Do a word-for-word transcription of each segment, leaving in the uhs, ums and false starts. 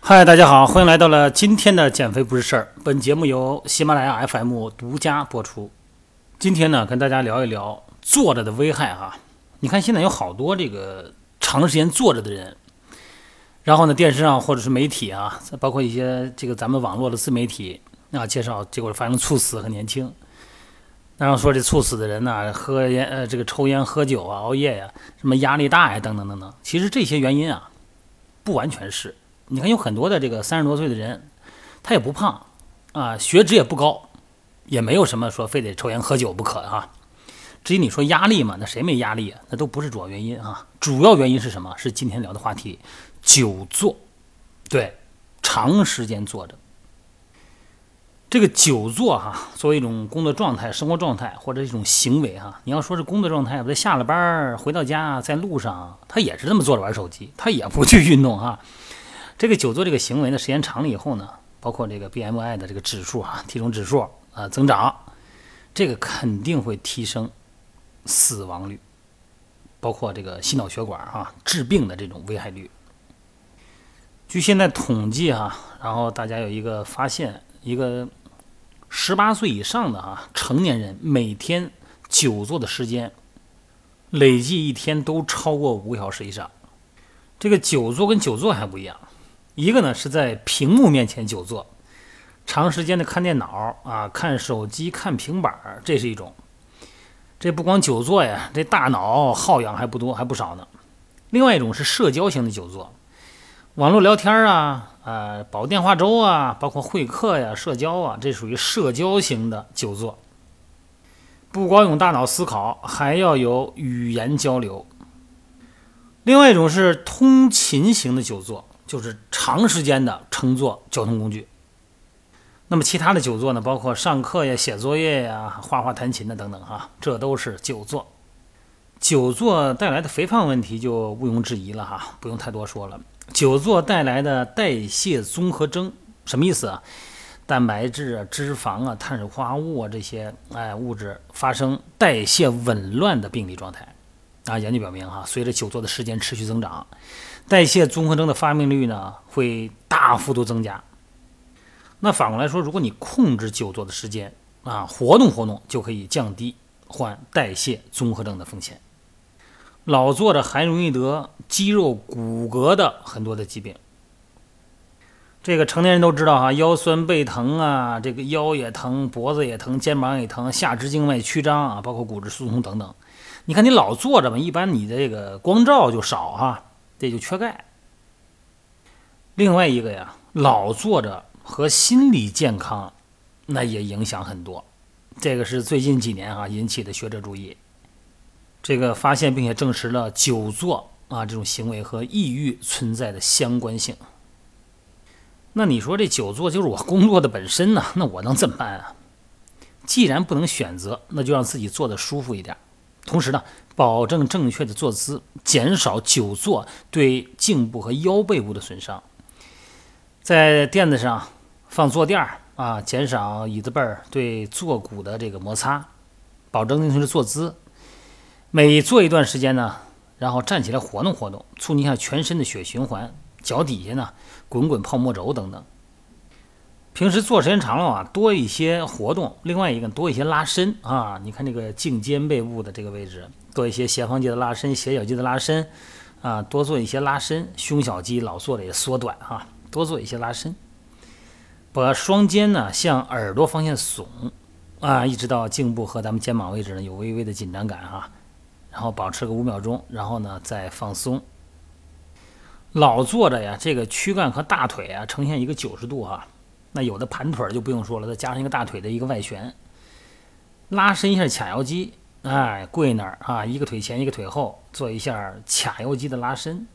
嗨，大家好，欢迎来到了今天的减肥不是事儿。本节目由喜马拉雅 F M 独家播出。今天呢，跟大家聊一聊坐着的危害哈。你看现在有好多这个长时间坐着的人，然后呢，电视上或者是媒体啊，包括一些这个咱们网络的自媒体啊，介绍结果发生猝死很年轻。然后说这猝死的人呢，喝烟呃这个抽烟喝酒啊，熬夜呀、啊，什么压力大呀，等等等等。其实这些原因啊，不完全是。你看有很多的这个三十多岁的人，他也不胖啊，血脂也不高，也没有什么说非得抽烟喝酒不可啊。至于你说压力嘛，那谁没压力啊？那都不是主要原因啊。主要原因是什么？是今天聊的话题，久坐。对，长时间坐着。这个久坐哈，作为一种工作状态、生活状态或者一种行为哈，你要说是工作状态，在下了班回到家，在路上，他也是这么坐着玩手机，他也不去运动哈。这个久坐这个行为呢，时间长了以后呢，包括这个 B M I 的这个指数啊，体重指数啊增长，这个肯定会提升死亡率，包括这个心脑血管啊致病的这种危害率。据现在统计啊，然后大家有一个发现，一个十八岁以上的啊成年人每天久坐的时间，累计一天都超过五个小时以上。这个久坐跟久坐还不一样。一个呢是在屏幕面前久坐，长时间的看电脑啊、看手机、看平板，这是一种。这不光久坐呀，这大脑耗氧还不多，还不少呢。另外一种是社交型的久坐，网络聊天啊、呃煲电话粥啊，包括会客呀、社交啊，这属于社交型的久坐。不光用大脑思考，还要有语言交流。另外一种是通勤型的久坐，就是长时间的乘坐交通工具。那么其他的久坐呢，包括上课呀、写作业呀、画画弹琴的等等哈，这都是久坐。久坐带来的肥胖问题就毋庸置疑了哈，不用太多说了。久坐带来的代谢综合征什么意思啊？蛋白质啊、脂肪啊、碳水化合物啊这些哎物质发生代谢紊乱的病理状态。啊，研究表明哈，随着久坐的时间持续增长，代谢综合征的发病率呢会大幅度增加。那反过来说，如果你控制久坐的时间啊，活动活动，就可以降低患代谢综合征的风险。老坐着还容易得肌肉骨骼的很多的疾病。这个成年人都知道哈，腰酸背疼啊，这个腰也疼，脖子也疼，肩膀也疼，下肢静脉曲张啊，包括骨质疏松等等。你看你老坐着嘛，一般你的这个光照就少哈，这就缺钙。另外一个呀，老坐着和心理健康那也影响很多，这个是最近几年啊引起的学者注意，这个发现并且证实了久坐啊这种行为和抑郁存在的相关性。那你说这久坐就是我工作的本身呢，那我能怎么办啊？既然不能选择，那就让自己坐得舒服一点。同时呢，保证正确的坐姿，减少久坐对颈部和腰背部的损伤。在垫子上放坐垫啊，减少椅子背对坐骨的这个摩擦，保证正确的坐姿。每坐一段时间呢，然后站起来活动活动，促进一下全身的血循环。脚底下呢，滚滚泡沫轴等等。平时坐时间长了啊，多一些活动，另外一个多一些拉伸啊。你看这个颈肩背部的这个位置，多一些斜方肌的拉伸、斜角肌的拉伸啊，多做一些拉伸。胸小肌老做的也缩短哈、啊，多做一些拉伸。把双肩呢向耳朵方向耸啊，一直到颈部和咱们肩膀位置呢有微微的紧张感哈、啊，然后保持个五秒钟，然后呢再放松。老坐着呀，这个躯干和大腿啊呈现一个九十度哈、啊。那有的盘腿就不用说了，再加上一个大腿的一个外旋，拉伸一下髂腰肌，哎，跪那儿啊，一个腿前一个腿后，做一下髂腰肌的拉伸。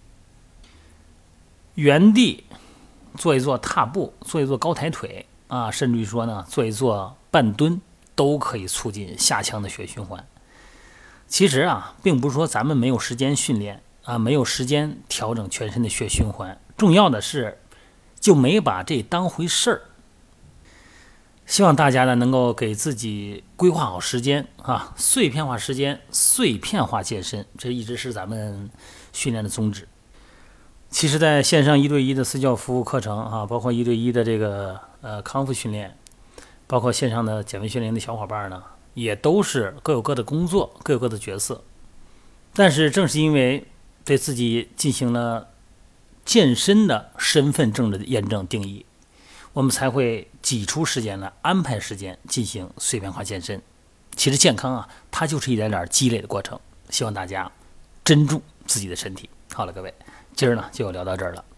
原地做一做踏步，做一做高抬腿啊，甚至于说呢，做一做半蹲，都可以促进下腔的血循环。其实啊，并不是说咱们没有时间训练啊，没有时间调整全身的血循环，重要的是就没把这当回事儿。希望大家呢能够给自己规划好时间啊，碎片化时间，碎片化健身，这一直是咱们训练的宗旨。 其实在线上一对一的私教服务课程啊，包括一对一的这个呃康复训练，包括线上的减肥训练的小伙伴呢，也都是各有各的工作，各有各的角色。但是正是因为对自己进行了健身的身份证的验证定义，我们才会挤出时间来安排时间进行碎片化健身。其实健康啊，它就是一点点积累的过程。希望大家珍重自己的身体。好了，各位，今儿呢就聊到这儿了。